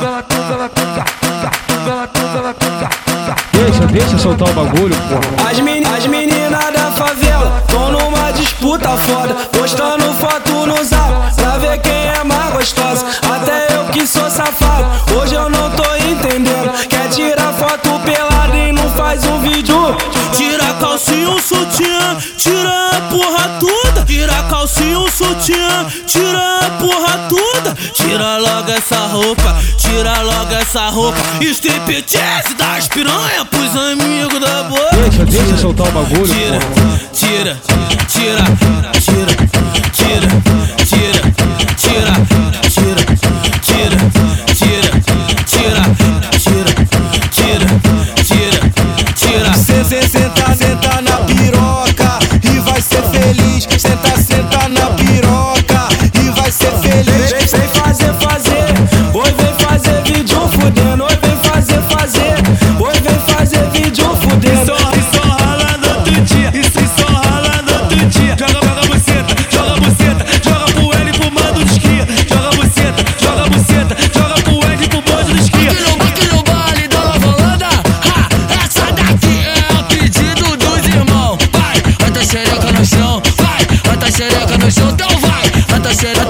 Deixa soltar o bagulho, porra. As meninas da favela tão numa disputa foda, postando foto no zap pra ver quem é mais gostosa. Até eu que sou safado, hoje eu não tô entendendo. Quer tirar foto pelada e não faz um vídeo? Tira a calcinha, o sutiã, tira a porra toda. Tira a calcinha, o sutiã, tira a porra toda. Tira logo essa roupa, tira logo essa roupa. Striptease das piranha pros amigos da boca. Deixa soltar o bagulho, tira, porra. tira, tira, tira, tira, tira, tira, tira, tira, tira, tira, tira, tira, tira. Senta na piroca e vai ser feliz. Senta na piroca e vai ser feliz. Vem fazer, oi vem fazer vídeo fudendo. Oi vem fazer, oi vem fazer vídeo fudendo. E só rala no outro dia, e só rala no outro dia. Joga buceta, joga pro L pro mando de esquia. Joga buceta, joga pro L pro bonde de esquia. Aqui no baile da Nova Holanda, essa daqui é o pedido dos irmãos. Vai, bota a xereca no chão, vai, bota a xereca no chão, então vai. Bota a xereca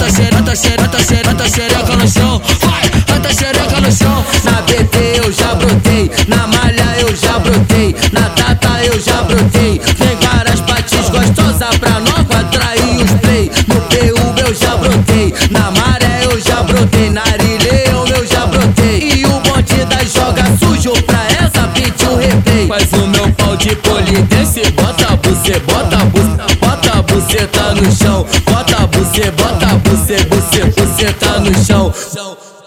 no chão, vai, bota a xereca no chão. Na BT eu já brotei, na malha eu já brotei, na tata eu já brotei. Tem várias patis gostosas pra nova atrair os play. No PU eu já brotei, na maré eu já brotei, na Arilhão eu já brotei. E o bonde da joga sujo pra essa beat o replay. Faz o meu pau de polidense, bota a buceta no chão. Bota a buceta no chão.